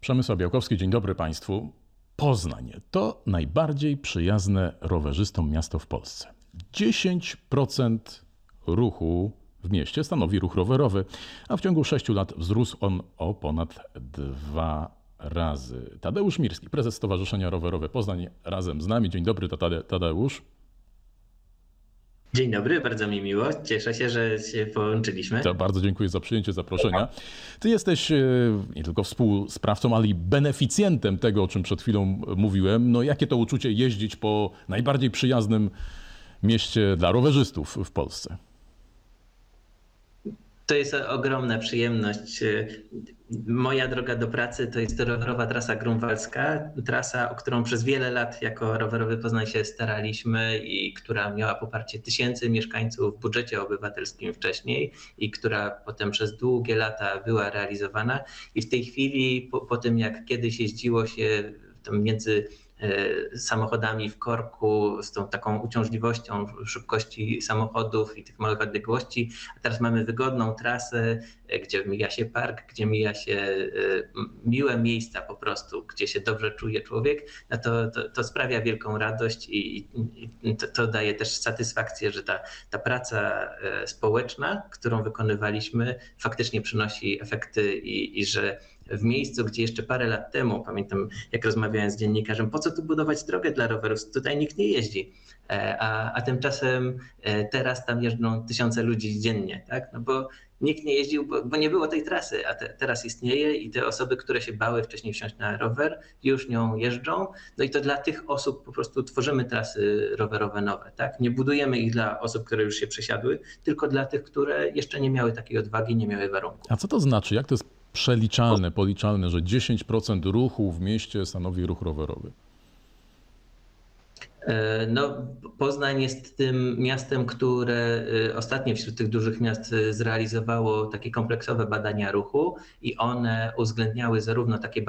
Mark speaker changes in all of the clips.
Speaker 1: Przemysław Białkowski, dzień dobry Państwu. Poznań to najbardziej przyjazne rowerzystom miasto w Polsce. 10% ruchu w mieście stanowi ruch rowerowy, a w ciągu 6 lat wzrósł on o ponad 2 razy. Tadeusz Mirski, prezes Stowarzyszenia Rowerowe Poznań, razem z nami. Dzień dobry, Tadeusz.
Speaker 2: Dzień dobry, bardzo mi miło. Cieszę się, że się połączyliśmy.
Speaker 1: To bardzo dziękuję za przyjęcie zaproszenia. Ty jesteś nie tylko współsprawcą, ale i beneficjentem tego, o czym przed chwilą mówiłem. No jakie to uczucie jeździć po najbardziej przyjaznym mieście dla rowerzystów w Polsce?
Speaker 2: To jest ogromna przyjemność. Moja droga do pracy to jest rowerowa trasa grunwaldzka, trasa, o którą przez wiele lat jako Rowerowy Poznań się staraliśmy i która miała poparcie tysięcy mieszkańców w budżecie obywatelskim wcześniej i która potem przez długie lata była realizowana. I w tej chwili, po tym jak kiedyś jeździło się tam między samochodami w korku, z tą taką uciążliwością szybkości samochodów i tych małych odległości, a teraz mamy wygodną trasę, gdzie mija się park, gdzie mija się miłe miejsca po prostu, gdzie się dobrze czuje człowiek, no to sprawia wielką radość i to daje też satysfakcję, że ta praca społeczna, którą wykonywaliśmy, faktycznie przynosi efekty i że w miejscu, gdzie jeszcze parę lat temu, pamiętam jak rozmawiałem z dziennikarzem, po co tu budować drogę dla rowerów, tutaj nikt nie jeździ, a tymczasem teraz tam jeżdżą tysiące ludzi dziennie, tak? No bo nikt nie jeździł, bo nie było tej trasy, a teraz istnieje i te osoby, które się bały wcześniej wsiąść na rower, już nią jeżdżą. No i to dla tych osób po prostu tworzymy trasy rowerowe nowe, tak? Nie budujemy ich dla osób, które już się przesiadły, tylko dla tych, które jeszcze nie miały takiej odwagi, nie miały warunków.
Speaker 1: A co to znaczy? Jak to jest przeliczalne, policzalne, że 10% ruchu w mieście stanowi ruch rowerowy?
Speaker 2: No, Poznań jest tym miastem, które ostatnio wśród tych dużych miast zrealizowało takie kompleksowe badania ruchu i one uwzględniały zarówno takie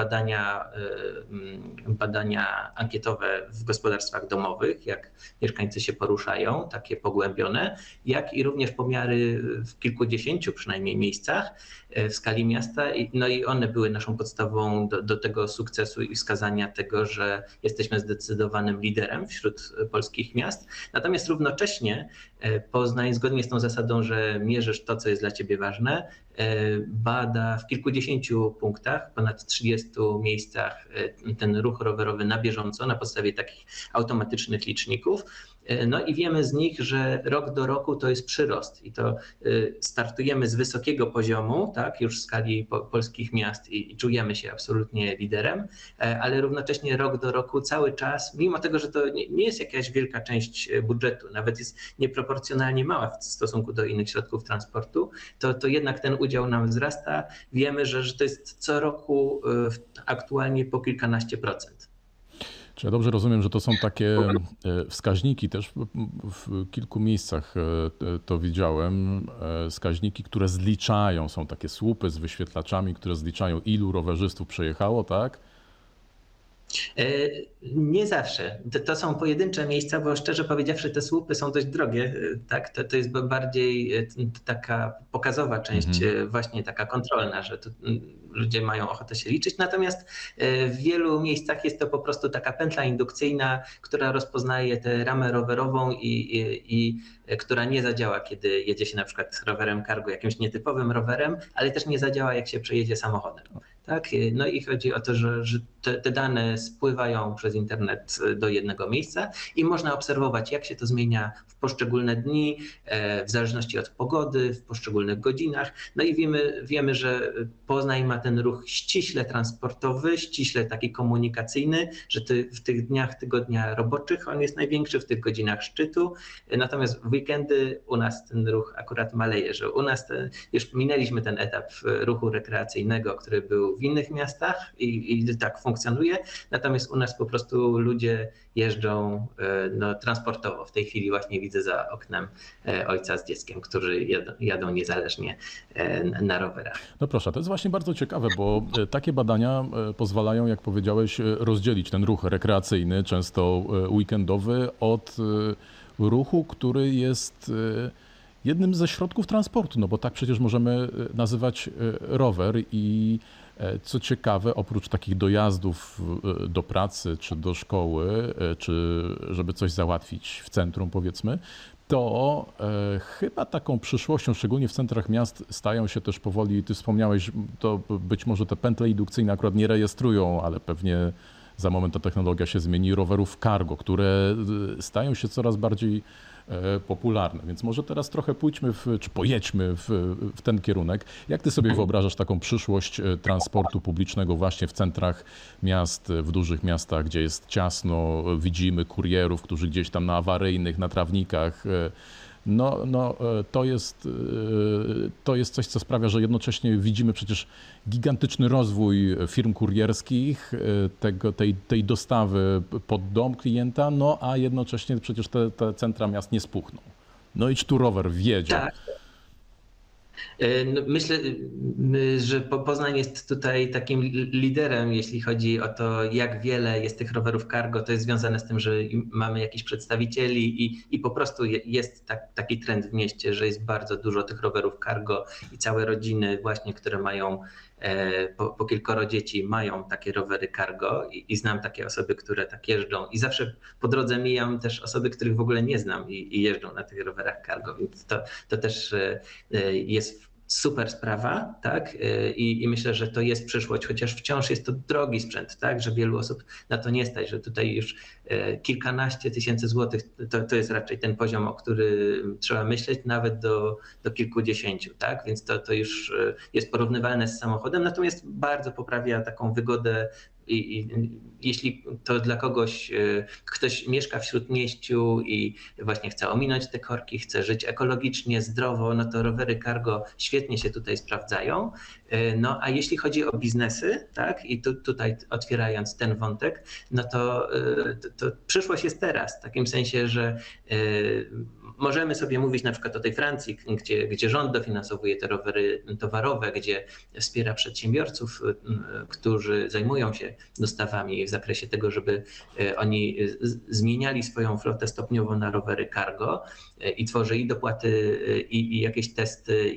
Speaker 2: badania ankietowe w gospodarstwach domowych, jak mieszkańcy się poruszają, takie pogłębione, jak i również pomiary w kilkudziesięciu przynajmniej miejscach w skali miasta. No i one były naszą podstawą do tego sukcesu i wskazania tego, że jesteśmy zdecydowanym liderem wśród polskich miast. Natomiast równocześnie Poznań, zgodnie z tą zasadą, że mierzysz to, co jest dla ciebie ważne, bada w kilkudziesięciu punktach, ponad 30 miejscach ten ruch rowerowy na bieżąco na podstawie takich automatycznych liczników. No i wiemy z nich, że rok do roku to jest przyrost i to startujemy z wysokiego poziomu, tak, już w skali polskich miast i czujemy się absolutnie liderem, ale równocześnie rok do roku cały czas, mimo tego, że to nie jest jakaś wielka część budżetu, nawet jest nieproporcjonalnie mała w stosunku do innych środków transportu, to jednak ten udział nam wzrasta. Wiemy, że to jest co roku aktualnie po kilkanaście procent.
Speaker 1: Czy ja dobrze rozumiem, że to są takie wskaźniki, też w kilku miejscach to widziałem, wskaźniki, które zliczają, są takie słupy z wyświetlaczami, które zliczają, ilu rowerzystów przejechało, tak?
Speaker 2: Nie zawsze. To są pojedyncze miejsca, bo szczerze powiedziawszy te słupy są dość drogie. Tak? To jest bardziej taka pokazowa część, właśnie taka kontrolna, że tu ludzie mają ochotę się liczyć. Natomiast w wielu miejscach jest to po prostu taka pętla indukcyjna, która rozpoznaje tę ramę rowerową i która nie zadziała, kiedy jedzie się na przykład rowerem cargo, jakimś nietypowym rowerem, ale też nie zadziała, jak się przejedzie samochodem. Tak? No i chodzi o to, że te dane spływają przez internet do jednego miejsca i można obserwować, jak się to zmienia w poszczególne dni, w zależności od pogody, w poszczególnych godzinach. No i wiemy, że Poznań ma ten ruch ściśle transportowy, ściśle taki komunikacyjny, że w tych dniach tygodnia roboczych on jest największy, w tych godzinach szczytu. Natomiast w weekendy u nas ten ruch akurat maleje, że u nas już minęliśmy ten etap ruchu rekreacyjnego, który był w innych miastach i tak funkcjonuje. Natomiast u nas po prostu ludzie jeżdżą transportowo. W tej chwili właśnie widzę za oknem ojca z dzieckiem, którzy jadą niezależnie na rowerach.
Speaker 1: No proszę, to jest właśnie bardzo ciekawe, bo takie badania pozwalają, jak powiedziałeś, rozdzielić ten ruch rekreacyjny, często weekendowy, od ruchu, który jest jednym ze środków transportu, no bo tak przecież możemy nazywać rower i co ciekawe, oprócz takich dojazdów do pracy czy do szkoły, czy żeby coś załatwić w centrum powiedzmy, to chyba taką przyszłością, szczególnie w centrach miast, stają się też powoli, ty wspomniałeś, to być może te pętle indukcyjne akurat nie rejestrują, ale pewnie za moment ta technologia się zmieni, rowerów cargo, które stają się coraz bardziej popularne. Więc może teraz trochę pójdźmy, czy pojedźmy w ten kierunek. Jak ty sobie wyobrażasz taką przyszłość transportu publicznego właśnie w centrach miast, w dużych miastach, gdzie jest ciasno, widzimy kurierów, którzy gdzieś tam na awaryjnych, na trawnikach. To jest coś, co sprawia, że jednocześnie widzimy przecież gigantyczny rozwój firm kurierskich, tej dostawy pod dom klienta, no a jednocześnie przecież te centra miast nie spuchną. No i tu rower wjedzie.
Speaker 2: Tak. No, myślę, że Poznań jest tutaj takim liderem, jeśli chodzi o to, jak wiele jest tych rowerów cargo. To jest związane z tym, że mamy jakichś przedstawicieli i po prostu jest taki trend w mieście, że jest bardzo dużo tych rowerów cargo i całe rodziny właśnie, które mają po kilkoro dzieci, mają takie rowery cargo i znam takie osoby, które tak jeżdżą i zawsze po drodze mijam też osoby, których w ogóle nie znam i jeżdżą na tych rowerach cargo, więc to też jest super sprawa, tak? I myślę, że to jest przyszłość, chociaż wciąż jest to drogi sprzęt, tak? Że wielu osób na to nie stać, że tutaj już kilkanaście tysięcy złotych to jest raczej ten poziom, o którym trzeba myśleć, nawet do kilkudziesięciu, tak? Więc to już jest porównywalne z samochodem, natomiast bardzo poprawia taką wygodę. I jeśli to dla kogoś, ktoś mieszka w śródmieściu i właśnie chce ominąć te korki, chce żyć ekologicznie, zdrowo, no to rowery cargo świetnie się tutaj sprawdzają. No a jeśli chodzi o biznesy, tak, i tutaj otwierając ten wątek, no to przyszłość jest teraz, w takim sensie, że możemy sobie mówić na przykład o tej Francji, gdzie rząd dofinansowuje te rowery towarowe, gdzie wspiera przedsiębiorców, którzy zajmują się dostawami w zakresie tego, żeby oni zmieniali swoją flotę stopniowo na rowery cargo i tworzy i dopłaty, i jakieś testy,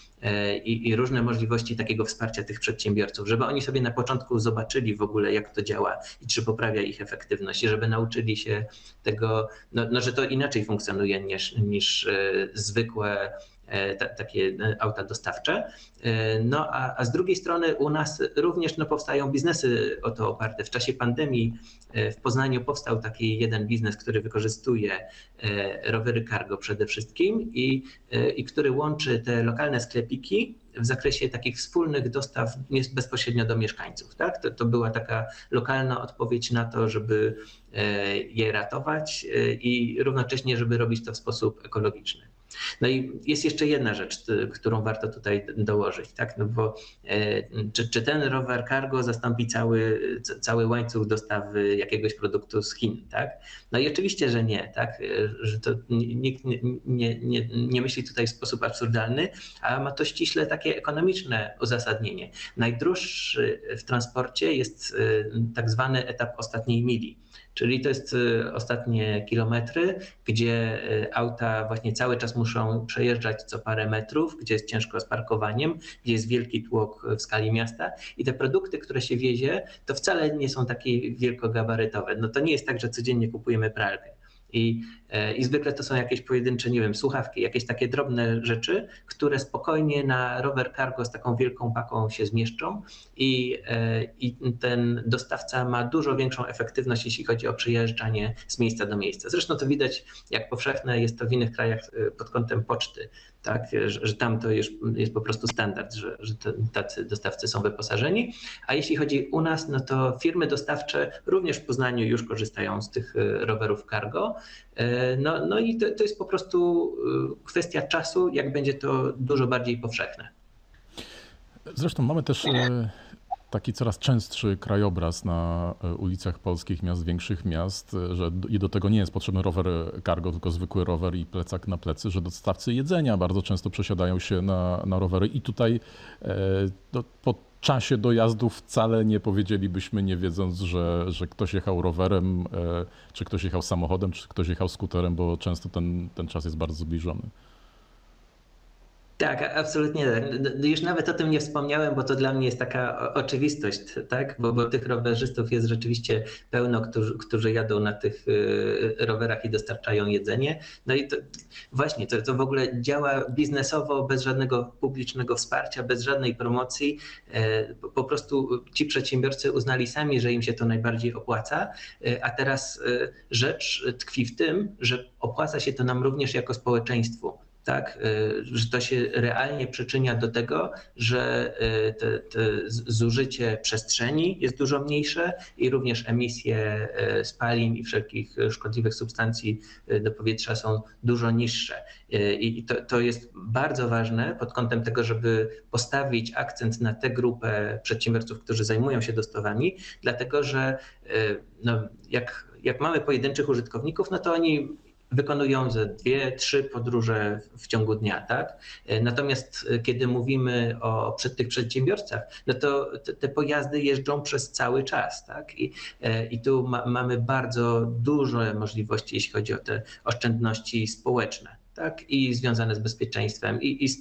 Speaker 2: i różne możliwości takiego wsparcia tych przedsiębiorców, żeby oni sobie na początku zobaczyli w ogóle, jak to działa i czy poprawia ich efektywność, i żeby nauczyli się tego, że to inaczej funkcjonuje niż zwykłe takie auta dostawcze. No a z drugiej strony u nas również powstają biznesy o to oparte. W czasie pandemii w Poznaniu powstał taki jeden biznes, który wykorzystuje rowery cargo przede wszystkim i który łączy te lokalne sklepiki w zakresie takich wspólnych dostaw bezpośrednio do mieszkańców. Tak? To była taka lokalna odpowiedź na to, żeby je ratować i równocześnie, żeby robić to w sposób ekologiczny. No i jest jeszcze jedna rzecz, którą warto tutaj dołożyć, tak? No bo czy ten rower cargo zastąpi cały łańcuch dostawy jakiegoś produktu z Chin, tak? No i oczywiście, że nie, tak? Że to nikt nie myśli tutaj w sposób absurdalny, a ma to ściśle takie ekonomiczne uzasadnienie. Najdroższy w transporcie jest tak zwany etap ostatniej mili. Czyli to jest ostatnie kilometry, gdzie auta właśnie cały czas muszą przejeżdżać co parę metrów, gdzie jest ciężko z parkowaniem, gdzie jest wielki tłok w skali miasta i te produkty, które się wiezie, to wcale nie są takie wielkogabarytowe. No to nie jest tak, że codziennie kupujemy pralkę. I zwykle to są jakieś pojedyncze, nie wiem, słuchawki, jakieś takie drobne rzeczy, które spokojnie na rower cargo z taką wielką paką się zmieszczą i ten dostawca ma dużo większą efektywność, jeśli chodzi o przejeżdżanie z miejsca do miejsca. Zresztą to widać, jak powszechne jest to w innych krajach pod kątem poczty, tak, że tam to jest po prostu standard, że tacy dostawcy są wyposażeni. A jeśli chodzi u nas, no to firmy dostawcze również w Poznaniu już korzystają z tych rowerów cargo. No i to jest po prostu kwestia czasu, jak będzie to dużo bardziej powszechne.
Speaker 1: Zresztą mamy też taki coraz częstszy krajobraz na ulicach polskich miast, większych miast, że i do tego nie jest potrzebny rower cargo, tylko zwykły rower i plecak na plecy, że dostawcy jedzenia bardzo często przesiadają się na rowery i tutaj po czasie dojazdu wcale nie powiedzielibyśmy, nie wiedząc, że ktoś jechał rowerem, czy ktoś jechał samochodem, czy ktoś jechał skuterem, bo często ten czas jest bardzo zbliżony.
Speaker 2: Tak, absolutnie tak. Już nawet o tym nie wspomniałem, bo to dla mnie jest taka oczywistość, tak? Bo tych rowerzystów jest rzeczywiście pełno, którzy jadą na tych rowerach i dostarczają jedzenie. No i to właśnie, to w ogóle działa biznesowo, bez żadnego publicznego wsparcia, bez żadnej promocji. Po prostu ci przedsiębiorcy uznali sami, że im się to najbardziej opłaca, a teraz rzecz tkwi w tym, że opłaca się to nam również jako społeczeństwu. Tak, że to się realnie przyczynia do tego, że te zużycie przestrzeni jest dużo mniejsze i również emisje spalin i wszelkich szkodliwych substancji do powietrza są dużo niższe. I to jest bardzo ważne pod kątem tego, żeby postawić akcent na tę grupę przedsiębiorców, którzy zajmują się dostawami, dlatego że no, jak mamy pojedynczych użytkowników, no to oni wykonują ze 2-3 podróże w ciągu dnia, tak? Natomiast kiedy mówimy o tych przedsiębiorcach, no to te pojazdy jeżdżą przez cały czas, tak? I tu mamy bardzo duże możliwości, jeśli chodzi o te oszczędności społeczne, tak? I związane z bezpieczeństwem,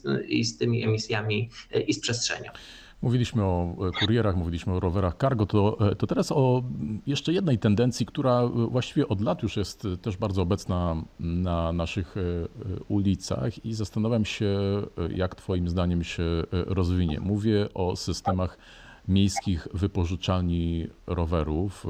Speaker 2: i z tymi emisjami, i z przestrzenią.
Speaker 1: Mówiliśmy o kurierach, mówiliśmy o rowerach cargo, to teraz o jeszcze jednej tendencji, która właściwie od lat już jest też bardzo obecna na naszych ulicach i zastanawiam się, jak Twoim zdaniem się rozwinie. Mówię o systemach miejskich wypożyczalni rowerów.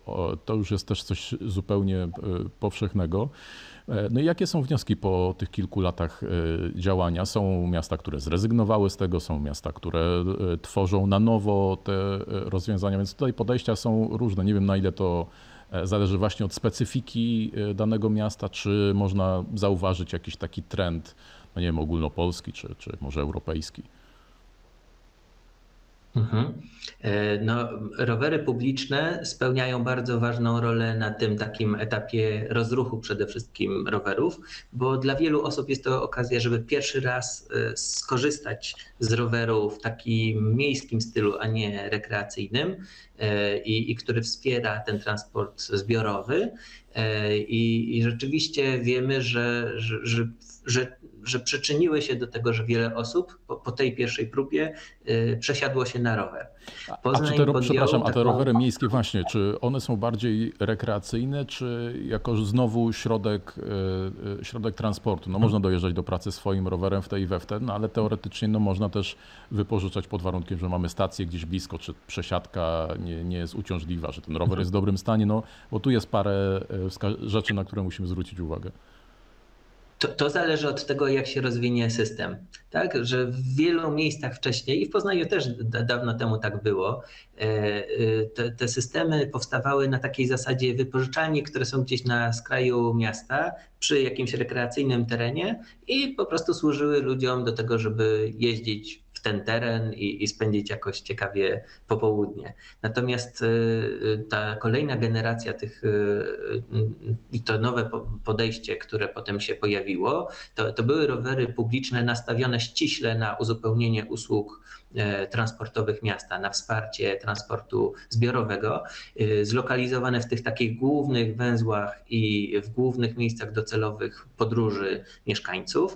Speaker 1: To już jest też coś zupełnie powszechnego. No i jakie są wnioski po tych kilku latach działania? Są miasta, które zrezygnowały z tego, są miasta, które tworzą na nowo te rozwiązania, więc tutaj podejścia są różne. Nie wiem, na ile to zależy właśnie od specyfiki danego miasta, czy można zauważyć jakiś taki trend, no nie wiem, ogólnopolski, czy może europejski.
Speaker 2: No, rowery publiczne spełniają bardzo ważną rolę na tym takim etapie rozruchu przede wszystkim rowerów, bo dla wielu osób jest to okazja, żeby pierwszy raz skorzystać z roweru w takim miejskim stylu, a nie rekreacyjnym i który wspiera ten transport zbiorowy. I rzeczywiście wiemy, że przyczyniły się do tego, że wiele osób po tej pierwszej próbie przesiadło się na rower.
Speaker 1: Przepraszam, a te rowery miejskie właśnie, czy one są bardziej rekreacyjne, czy jako znowu środek transportu? No można dojeżdżać do pracy swoim rowerem w tej i we w ten, no ale teoretycznie no można też wypożyczać pod warunkiem, że mamy stację gdzieś blisko, czy przesiadka nie jest uciążliwa, że ten rower jest w dobrym stanie, no bo tu jest parę rzeczy, na które musimy zwrócić uwagę.
Speaker 2: To zależy od tego, jak się rozwinie system. Tak? Że w wielu miejscach wcześniej, i w Poznaniu też dawno temu tak było, te systemy powstawały na takiej zasadzie wypożyczalni, które są gdzieś na skraju miasta, przy jakimś rekreacyjnym terenie i po prostu służyły ludziom do tego, żeby jeździć w ten teren i spędzić jakoś ciekawie popołudnie. Natomiast ta kolejna generacja tych i to nowe podejście, które potem się pojawiło, to były rowery publiczne nastawione ściśle na uzupełnienie usług transportowych miasta, na wsparcie transportu zbiorowego, zlokalizowane w tych takich głównych węzłach i w głównych miejscach docelowych podróży mieszkańców.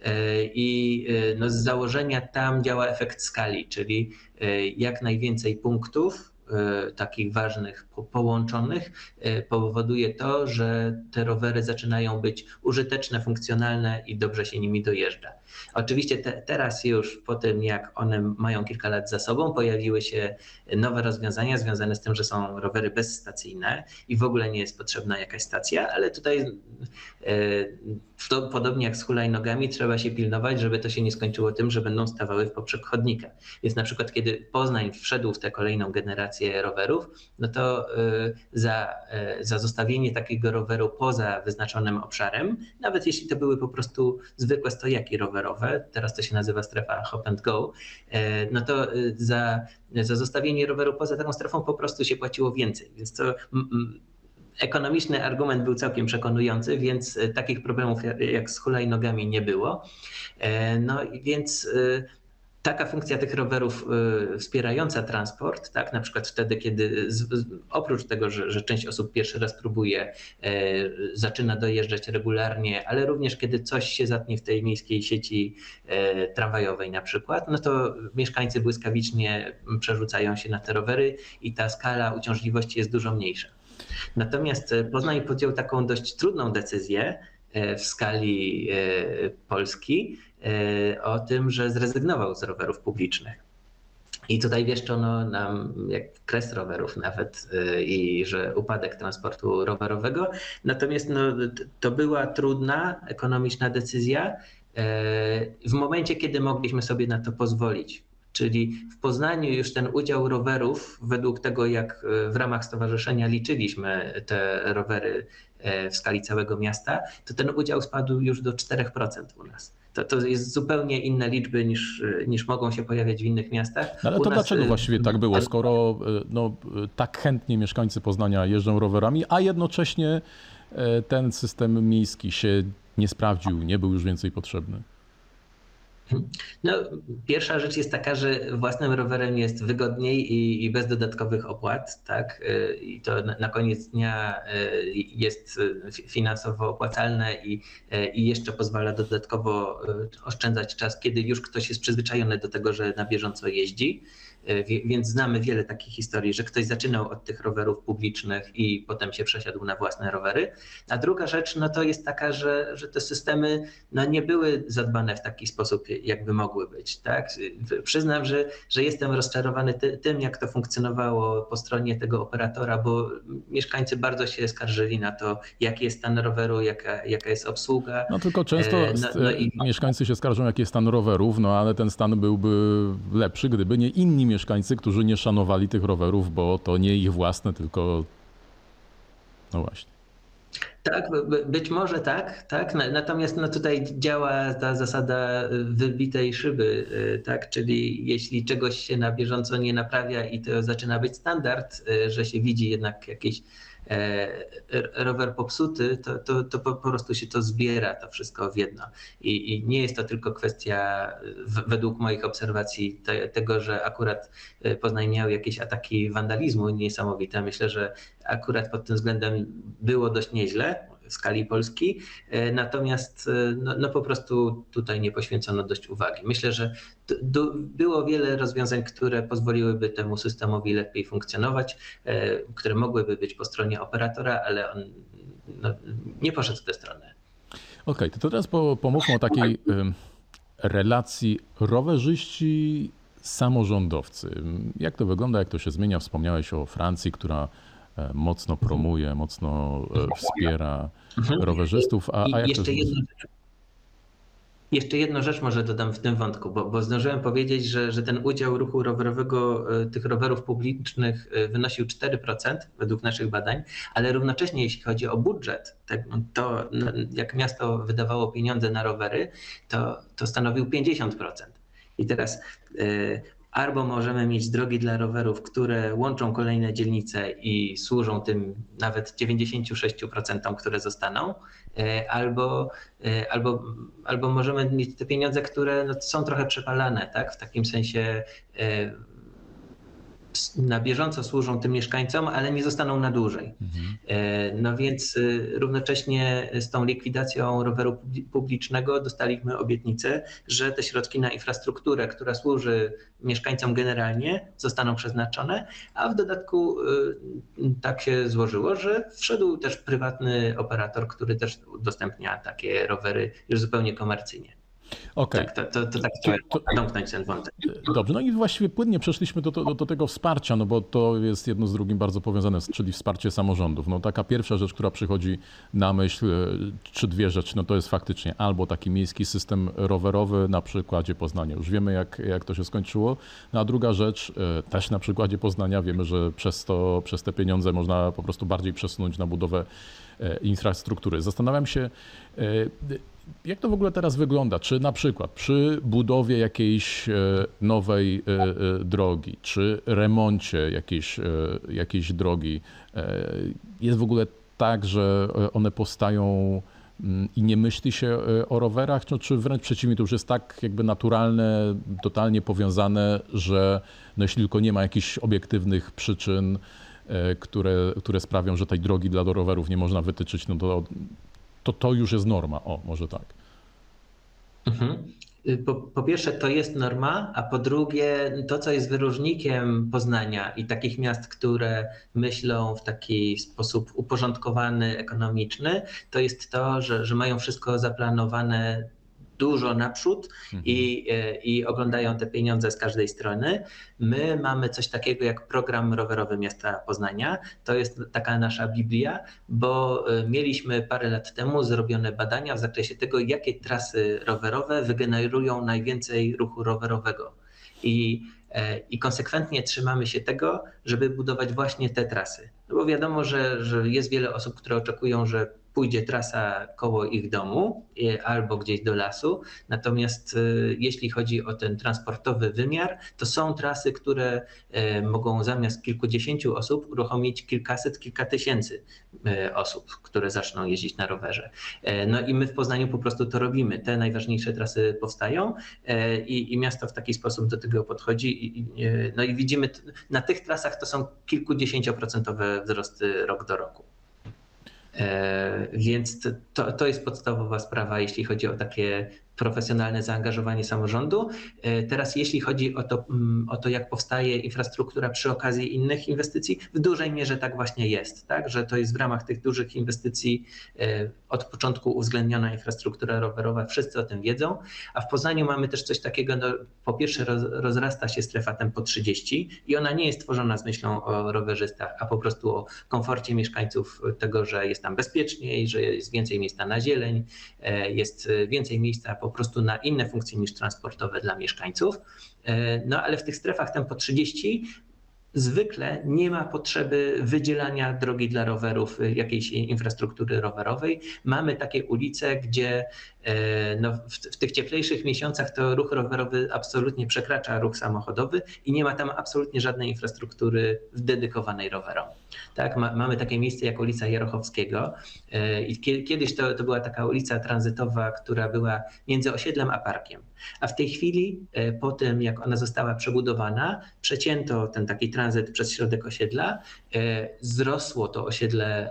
Speaker 2: I no z założenia tam działa efekt skali, czyli jak najwięcej punktów takich ważnych, połączonych, powoduje to, że te rowery zaczynają być użyteczne, funkcjonalne i dobrze się nimi dojeżdża. Oczywiście teraz już po tym, jak one mają kilka lat za sobą, pojawiły się nowe rozwiązania związane z tym, że są rowery bezstacyjne i w ogóle nie jest potrzebna jakaś stacja, ale tutaj podobnie jak z hulajnogami trzeba się pilnować, żeby to się nie skończyło tym, że będą stawały w poprzek chodnika. Więc na przykład kiedy Poznań wszedł w tę kolejną generację rowerów, no to za zostawienie takiego roweru poza wyznaczonym obszarem, nawet jeśli to były po prostu zwykłe stojaki rowerowe, teraz to się nazywa strefa hop and go, no to za zostawienie roweru poza taką strefą po prostu się płaciło więcej. Więc to ekonomiczny argument był całkiem przekonujący, więc takich problemów jak z hulajnogami nie było. No więc taka funkcja tych rowerów wspierająca transport, tak, na przykład wtedy, kiedy oprócz tego, że część osób pierwszy raz próbuje, zaczyna dojeżdżać regularnie, ale również kiedy coś się zatnie w tej miejskiej sieci tramwajowej na przykład, no to mieszkańcy błyskawicznie przerzucają się na te rowery i ta skala uciążliwości jest dużo mniejsza. Natomiast Poznań podjął taką dość trudną decyzję w skali Polski o tym, że zrezygnował z rowerów publicznych. I tutaj wieszczono nam jak kres rowerów nawet i że upadek transportu rowerowego. Natomiast to była trudna, ekonomiczna decyzja w momencie, kiedy mogliśmy sobie na to pozwolić. Czyli w Poznaniu już ten udział rowerów, według tego jak w ramach stowarzyszenia liczyliśmy te rowery w skali całego miasta, to ten udział spadł już do 4% u nas. To jest zupełnie inne liczby niż mogą się pojawiać w innych miastach.
Speaker 1: No ale to dlaczego właściwie tak było, skoro tak chętnie mieszkańcy Poznania jeżdżą rowerami, a jednocześnie ten system miejski się nie sprawdził, nie był już więcej potrzebny?
Speaker 2: No, pierwsza rzecz jest taka, że własnym rowerem jest wygodniej i bez dodatkowych opłat, tak? I to na koniec dnia jest finansowo opłacalne i jeszcze pozwala dodatkowo oszczędzać czas, kiedy już ktoś jest przyzwyczajony do tego, że na bieżąco jeździ. Więc znamy wiele takich historii, że ktoś zaczynał od tych rowerów publicznych i potem się przesiadł na własne rowery. A druga rzecz to jest taka, że te systemy nie były zadbane w taki sposób, jakby mogły być. Tak? Przyznam, że jestem rozczarowany tym, jak to funkcjonowało po stronie tego operatora, bo mieszkańcy bardzo się skarżyli na to, jaki jest stan roweru, jaka jest obsługa.
Speaker 1: No tylko często mieszkańcy się skarżą, jaki jest stan rowerów, ale ten stan byłby lepszy, gdyby nie inni mieszkańcy, którzy nie szanowali tych rowerów, bo to nie ich własne, tylko no właśnie.
Speaker 2: Tak, być może tak. Natomiast tutaj działa ta zasada wybitej szyby, tak? Czyli jeśli czegoś się na bieżąco nie naprawia i to zaczyna być standard, że się widzi jednak jakiś rower popsuty, to po prostu się to zbiera, to wszystko w jedno. I nie jest to tylko kwestia, według moich obserwacji, tego, że akurat Poznań miał jakieś ataki wandalizmu niesamowite. Myślę, że akurat pod tym względem było dość nieźle w skali Polski, natomiast po prostu tutaj nie poświęcono dość uwagi. Myślę, że było wiele rozwiązań, które pozwoliłyby temu systemowi lepiej funkcjonować, które mogłyby być po stronie operatora, ale on nie poszedł w tę stronę.
Speaker 1: Okej, to teraz pomówmy o takiej relacji rowerzyści-samorządowcy. Jak to wygląda, jak to się zmienia? Wspomniałeś o Francji, która mocno promuje, mocno wspiera rowerzystów. A jak to jest?
Speaker 2: Jeszcze jedną rzecz może dodam w tym wątku, bo zdążyłem powiedzieć, że ten udział ruchu rowerowego, tych rowerów publicznych wynosił 4% według naszych badań, ale równocześnie jeśli chodzi o budżet, to jak miasto wydawało pieniądze na rowery, to stanowił 50%. I teraz albo możemy mieć drogi dla rowerów, które łączą kolejne dzielnice i służą tym nawet 96%, które zostaną, albo możemy mieć te pieniądze, które są trochę przepalane, tak? W takim sensie na bieżąco służą tym mieszkańcom, ale nie zostaną na dłużej. No więc równocześnie z tą likwidacją roweru publicznego dostaliśmy obietnicę, że te środki na infrastrukturę, która służy mieszkańcom generalnie, zostaną przeznaczone, a w dodatku tak się złożyło, że wszedł też prywatny operator, który też udostępnia takie rowery już zupełnie komercyjnie.
Speaker 1: Okay.
Speaker 2: Tak, to tak trzeba domknąć ten wątek.
Speaker 1: Dobrze, no i właściwie płynnie przeszliśmy do tego wsparcia, bo to jest jedno z drugim bardzo powiązane, czyli wsparcie samorządów. Taka pierwsza rzecz, która przychodzi na myśl, czy dwie rzeczy, to jest faktycznie albo taki miejski system rowerowy na przykładzie Poznania. Już wiemy, jak to się skończyło. A druga rzecz, też na przykładzie Poznania wiemy, że przez te pieniądze można po prostu bardziej przesunąć na budowę infrastruktury. Zastanawiam się, jak to w ogóle teraz wygląda? Czy na przykład przy budowie jakiejś nowej drogi, czy remoncie jakiejś drogi jest w ogóle tak, że one powstają i nie myśli się o rowerach, no, czy wręcz przeciwnie, to już jest tak jakby naturalne, totalnie powiązane, że no, jeśli tylko nie ma jakichś obiektywnych przyczyn, które sprawią, że tej drogi dla rowerów nie można wytyczyć, no to już jest norma. O, może tak.
Speaker 2: Mhm. Po pierwsze, to jest norma, a po drugie, to, co jest wyróżnikiem Poznania i takich miast, które myślą w taki sposób uporządkowany, ekonomiczny, to jest to, że mają wszystko zaplanowane dużo naprzód i oglądają te pieniądze z każdej strony. My mamy coś takiego jak program rowerowy miasta Poznania. To jest taka nasza Biblia, bo mieliśmy parę lat temu zrobione badania w zakresie tego, jakie trasy rowerowe wygenerują najwięcej ruchu rowerowego. I konsekwentnie trzymamy się tego, żeby budować właśnie te trasy. No bo wiadomo, że jest wiele osób, które oczekują, że pójdzie trasa koło ich domu albo gdzieś do lasu. Natomiast jeśli chodzi o ten transportowy wymiar, to są trasy, które mogą zamiast kilkudziesięciu osób uruchomić kilkaset, kilka tysięcy osób, które zaczną jeździć na rowerze. No i my w Poznaniu po prostu to robimy. Te najważniejsze trasy powstają i miasto w taki sposób do tego podchodzi. No i widzimy, na tych trasach to są kilkudziesięcioprocentowe wzrosty rok do roku. Więc to jest podstawowa sprawa, jeśli chodzi o takie profesjonalne zaangażowanie samorządu. Teraz jeśli chodzi o to, jak powstaje infrastruktura przy okazji innych inwestycji, w dużej mierze tak właśnie jest, tak? Że to jest w ramach tych dużych inwestycji od początku uwzględniona infrastruktura rowerowa, wszyscy o tym wiedzą, a w Poznaniu mamy też coś takiego, no, po pierwsze rozrasta się strefa Tempo 30 i ona nie jest tworzona z myślą o rowerzystach, a po prostu o komforcie mieszkańców, tego, że jest tam bezpieczniej, że jest więcej miejsca na zieleń, jest więcej miejsca po prostu na inne funkcje niż transportowe dla mieszkańców. No ale w tych strefach Tempo 30 zwykle nie ma potrzeby wydzielania drogi dla rowerów, jakiejś infrastruktury rowerowej. Mamy takie ulice, gdzie no, w tych cieplejszych miesiącach to ruch rowerowy absolutnie przekracza ruch samochodowy i nie ma tam absolutnie żadnej infrastruktury dedykowanej rowerom. Tak, mamy takie miejsce jak ulica Jarochowskiego i kiedyś to była taka ulica tranzytowa, która była między osiedlem a parkiem. A w tej chwili, po tym jak ona została przebudowana, przecięto ten taki tranzyt przez środek osiedla, wzrosło to osiedle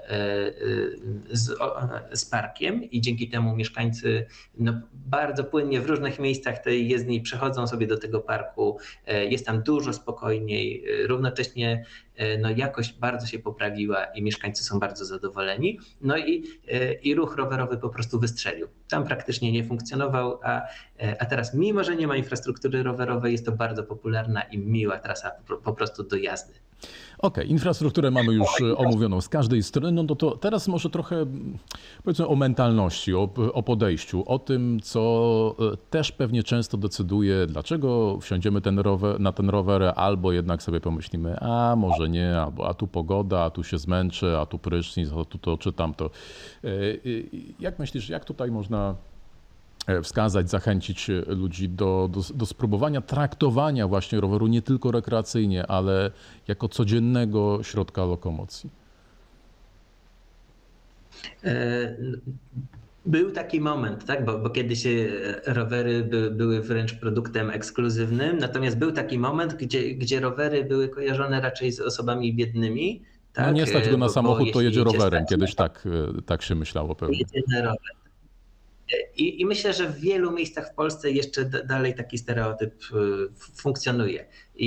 Speaker 2: z parkiem i dzięki temu mieszkańcy no, bardzo płynnie w różnych miejscach tej jezdni przechodzą sobie do tego parku, jest tam dużo spokojniej, równocześnie no, jakość bardzo się poprawiła i mieszkańcy są bardzo zadowoleni. No i ruch rowerowy po prostu wystrzelił. Tam praktycznie nie funkcjonował, a teraz mimo, że nie ma infrastruktury rowerowej, jest to bardzo popularna i miła trasa po prostu do jazdy.
Speaker 1: Okej, infrastrukturę mamy już omówioną z każdej strony, no to teraz może trochę powiedzmy o mentalności, o podejściu, o tym, co też pewnie często decyduje, dlaczego wsiądziemy na ten rower, albo jednak sobie pomyślimy, a może nie, albo a tu pogoda, a tu się zmęczę, a tu prysznic, a tu to czy tamto. Jak myślisz, jak tutaj można wskazać, zachęcić ludzi do spróbowania traktowania właśnie roweru nie tylko rekreacyjnie, ale jako codziennego środka lokomocji?
Speaker 2: Był taki moment, tak? Bo kiedyś rowery były wręcz produktem ekskluzywnym, natomiast był taki moment, gdzie rowery były kojarzone raczej z osobami biednymi. Tak?
Speaker 1: No nie stać go na samochód, to jedzie rowerem.
Speaker 2: Stać,
Speaker 1: kiedyś tak się myślało pewnie.
Speaker 2: Jedzie na rower. I myślę, że w wielu miejscach w Polsce jeszcze dalej taki stereotyp funkcjonuje.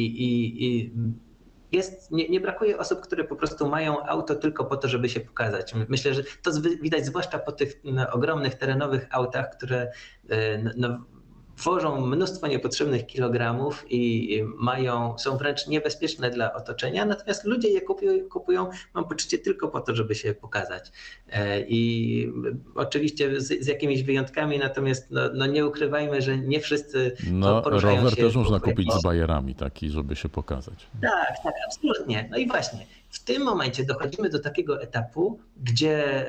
Speaker 2: Nie brakuje osób, które po prostu mają auto tylko po to, żeby się pokazać. Myślę, że to widać zwłaszcza po tych ogromnych terenowych autach, które tworzą mnóstwo niepotrzebnych kilogramów i są wręcz niebezpieczne dla otoczenia, natomiast ludzie je kupują, mam poczucie, tylko po to, żeby się pokazać. I oczywiście z jakimiś wyjątkami, natomiast nie ukrywajmy, że nie wszyscy poruszają się...
Speaker 1: Rower też można kupić z bajerami taki, żeby się pokazać.
Speaker 2: Tak, absolutnie. No i właśnie. w tym momencie dochodzimy do takiego etapu, gdzie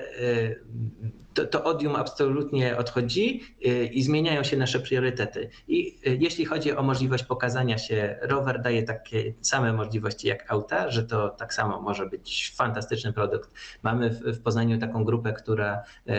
Speaker 2: to odium absolutnie odchodzi i zmieniają się nasze priorytety. I jeśli chodzi o możliwość pokazania się, rower daje takie same możliwości jak auta, że to tak samo może być fantastyczny produkt. Mamy w Poznaniu taką grupę, która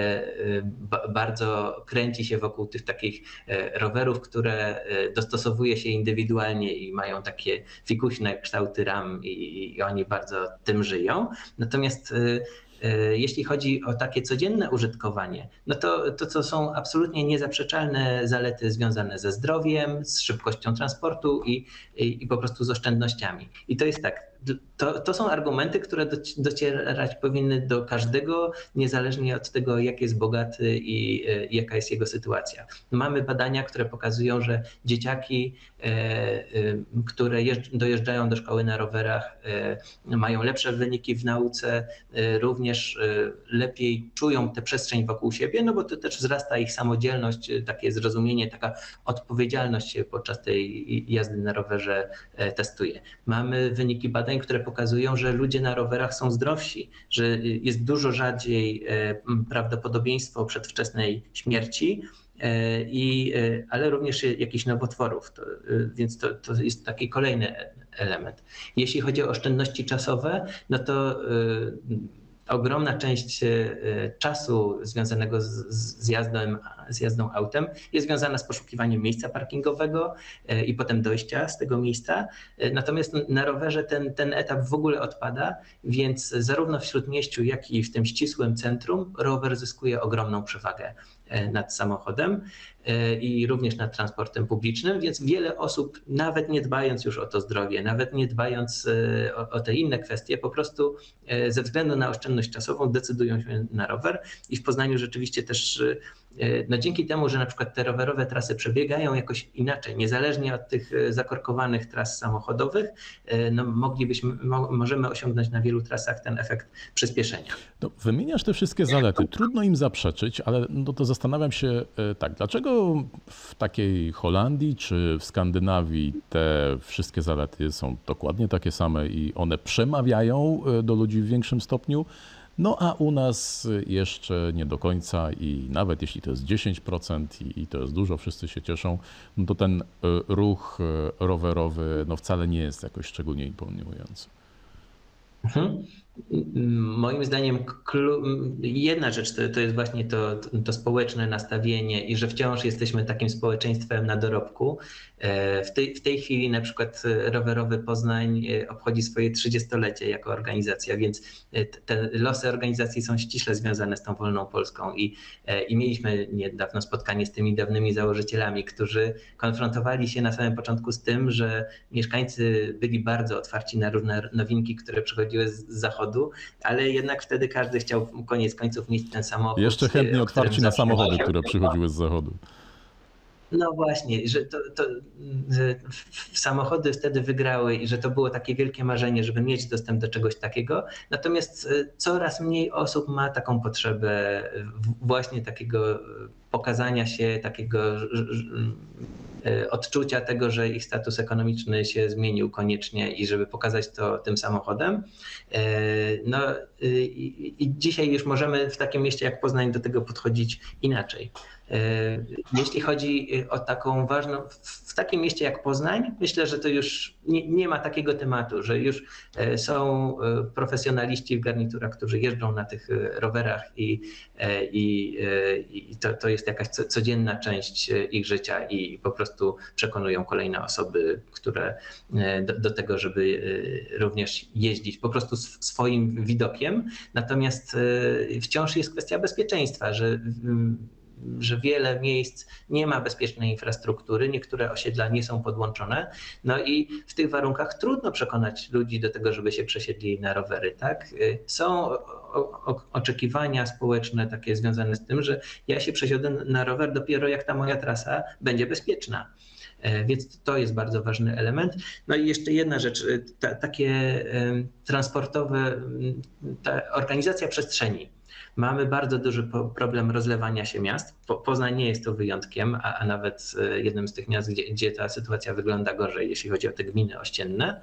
Speaker 2: bardzo kręci się wokół tych takich rowerów, które dostosowuje się indywidualnie i mają takie fikuśne kształty ram i oni bardzo tym żyją. Natomiast jeśli chodzi o takie codzienne użytkowanie, no to są absolutnie niezaprzeczalne zalety związane ze zdrowiem, z szybkością transportu i po prostu z oszczędnościami. I to jest tak, to są argumenty, które docierać powinny do każdego, niezależnie od tego, jak jest bogaty i jaka jest jego sytuacja. Mamy badania, które pokazują, że dzieciaki, które dojeżdżają do szkoły na rowerach, mają lepsze wyniki w nauce, również lepiej czują tę przestrzeń wokół siebie, no bo to też wzrasta ich samodzielność, takie zrozumienie, taka odpowiedzialność się podczas tej jazdy na rowerze testuje. Mamy wyniki badań, które pokazują, że ludzie na rowerach są zdrowsi, że jest dużo rzadziej prawdopodobieństwo przedwczesnej śmierci, ale również jakichś nowotworów, więc to jest taki kolejny element. Jeśli chodzi o oszczędności czasowe, no to ogromna część czasu związanego z jazdą autem jest związana z poszukiwaniem miejsca parkingowego i potem dojścia z tego miejsca. Natomiast na rowerze ten etap w ogóle odpada, więc zarówno w śródmieściu, jak i w tym ścisłym centrum rower zyskuje ogromną przewagę nad samochodem i również nad transportem publicznym, więc wiele osób, nawet nie dbając już o to zdrowie, nawet nie dbając o te inne kwestie, po prostu ze względu na oszczędność czasową decydują się na rower i w Poznaniu rzeczywiście też no dzięki temu, że na przykład te rowerowe trasy przebiegają jakoś inaczej, niezależnie od tych zakorkowanych tras samochodowych, no możemy osiągnąć na wielu trasach ten efekt przyspieszenia.
Speaker 1: No, wymieniasz te wszystkie zalety. Trudno im zaprzeczyć, ale no to zastanawiam się tak, dlaczego w takiej Holandii czy w Skandynawii te wszystkie zalety są dokładnie takie same i one przemawiają do ludzi w większym stopniu, no a u nas jeszcze nie do końca i nawet jeśli to jest 10% i to jest dużo, wszyscy się cieszą, no to ten ruch rowerowy no wcale nie jest jakoś szczególnie imponujący.
Speaker 2: Moim zdaniem jedna rzecz to jest właśnie to społeczne nastawienie i że wciąż jesteśmy takim społeczeństwem na dorobku. W tej chwili na przykład Rowerowy Poznań obchodzi swoje 30-lecie jako organizacja, więc te losy organizacji są ściśle związane z tą Wolną Polską i mieliśmy niedawno spotkanie z tymi dawnymi założycielami, którzy konfrontowali się na samym początku z tym, że mieszkańcy byli bardzo otwarci na różne nowinki, które przychodziły z zachodu, ale jednak wtedy każdy chciał koniec końców mieć ten samochód.
Speaker 1: Jeszcze chętnie otwarci na samochody, które przychodziły z zachodu.
Speaker 2: No właśnie, że samochody wtedy wygrały i że to było takie wielkie marzenie, żeby mieć dostęp do czegoś takiego. Natomiast coraz mniej osób ma taką potrzebę właśnie takiego pokazania się, takiego odczucia tego, że ich status ekonomiczny się zmienił koniecznie i żeby pokazać to tym samochodem. No i dzisiaj już możemy w takim mieście jak Poznań do tego podchodzić inaczej. Jeśli chodzi o taką ważną, w takim mieście jak Poznań, myślę, że to już nie ma takiego tematu, że już są profesjonaliści w garniturach, którzy jeżdżą na tych rowerach i to jest jakaś codzienna część ich życia i po prostu przekonują kolejne osoby, które do tego, żeby również jeździć po prostu swoim widokiem. Natomiast wciąż jest kwestia bezpieczeństwa, że wiele miejsc nie ma bezpiecznej infrastruktury, niektóre osiedla nie są podłączone, no i w tych warunkach trudno przekonać ludzi do tego, żeby się przesiedlili na rowery, tak? Są oczekiwania społeczne takie związane z tym, że ja się przesiądę na rower dopiero jak ta moja trasa będzie bezpieczna. Więc to jest bardzo ważny element. No i jeszcze jedna rzecz, takie transportowe, ta organizacja przestrzeni. Mamy bardzo duży problem rozlewania się miast. Poznań nie jest to wyjątkiem, a nawet jednym z tych miast, gdzie ta sytuacja wygląda gorzej, jeśli chodzi o te gminy ościenne.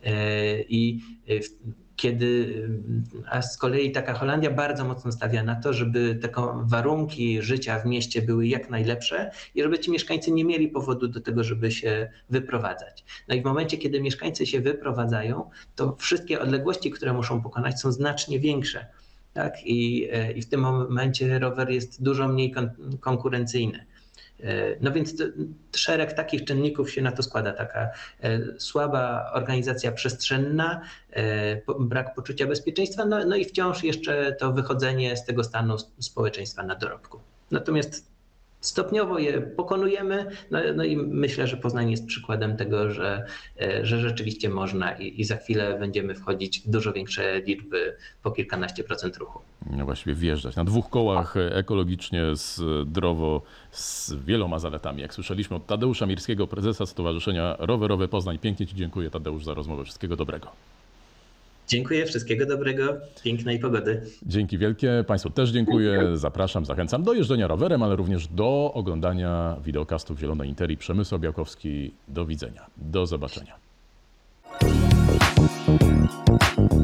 Speaker 2: A z kolei taka Holandia bardzo mocno stawia na to, żeby te warunki życia w mieście były jak najlepsze i żeby ci mieszkańcy nie mieli powodu do tego, żeby się wyprowadzać. No i w momencie, kiedy mieszkańcy się wyprowadzają, to wszystkie odległości, które muszą pokonać, są znacznie większe. Tak? I w tym momencie rower jest dużo mniej konkurencyjny. No więc szereg takich czynników się na to składa. Taka słaba organizacja przestrzenna, brak poczucia bezpieczeństwa, no i wciąż jeszcze to wychodzenie z tego stanu społeczeństwa na dorobku. Natomiast stopniowo je pokonujemy, no i myślę, że Poznań jest przykładem tego, że rzeczywiście można i za chwilę będziemy wchodzić w dużo większe liczby, po kilkanaście procent ruchu.
Speaker 1: No właściwie wjeżdżać na 2 kołach ekologicznie, zdrowo, z wieloma zaletami. Jak słyszeliśmy od Tadeusza Mirskiego, prezesa Stowarzyszenia Rowerowe Poznań. Pięknie Ci dziękuję, Tadeusz, za rozmowę. Wszystkiego dobrego.
Speaker 2: Dziękuję, wszystkiego dobrego, pięknej pogody.
Speaker 1: Dzięki wielkie. Państwu też dziękuję. Zapraszam, zachęcam do jeżdżenia rowerem, ale również do oglądania wideokastów Zielonej Interii. Przemysław Białkowski. Do widzenia. Do zobaczenia.